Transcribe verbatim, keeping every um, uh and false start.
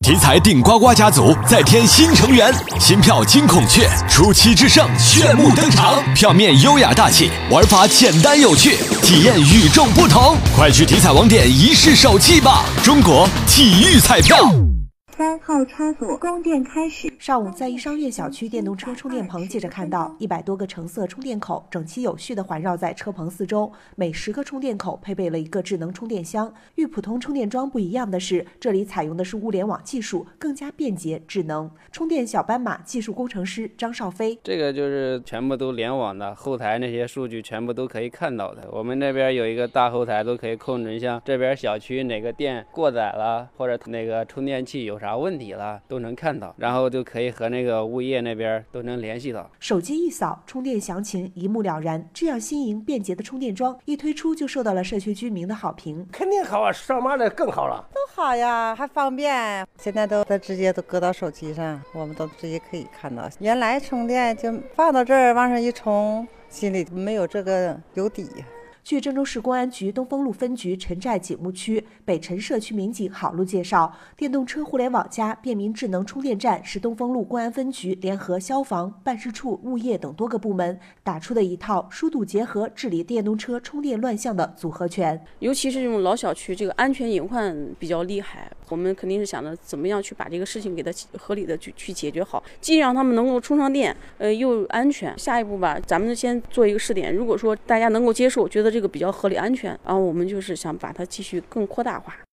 题材顶呱呱家族再添新成员，新票金孔雀初期之胜炫目登场，票面优雅大气，玩法简单有趣，体验与众不同。快去体彩网点一试手气吧！中国体育彩票。 三号插座供电开始。 上午在一商业小区电动车充电棚，记者看到一百多个橙色充电口整齐有序地环绕在车棚四周，每十个充电口配备了一个智能充电箱。与普通充电桩不一样的是，这里采用的是物联网技术，更加便捷智能。充电小斑马技术工程师张少飞： 这个就是全部都联网的，后台那些数据全部都可以看到的。我们那边有一个大后台，都可以控制，像这边小区哪个电过载了，或者那个充电器有啥啥问题了都能看到，然后就可以和那个物业那边都能联系到。 手机一扫，充电详情一目了然。这样新颖便捷的充电桩一推出就受到了社区居民的好评。 肯定好啊，上班的更好了。 都好呀，还方便。现在都都直接都搁到手机上，我们都直接可以看到。原来充电就放到这儿往上一充，心里没有这个有底。 据郑州市公安局东风路分局陈寨警务区北辰社区民警郝路介绍，电动车互联网加便民智能充电站是东风路公安分局联合消防、办事处、物业等多个部门打出的一套疏堵结合治理电动车充电乱象的组合拳。 尤其是这种老小区，这个安全隐患比较厉害，我们肯定是想着怎么样去把这个事情给它合理的去去解决好，既让他们能够充上电，呃，又安全。下一步吧，咱们先做一个试点，如果说大家能够接受，觉得这个比较合理安全，然后我们就是想把它继续更扩大化。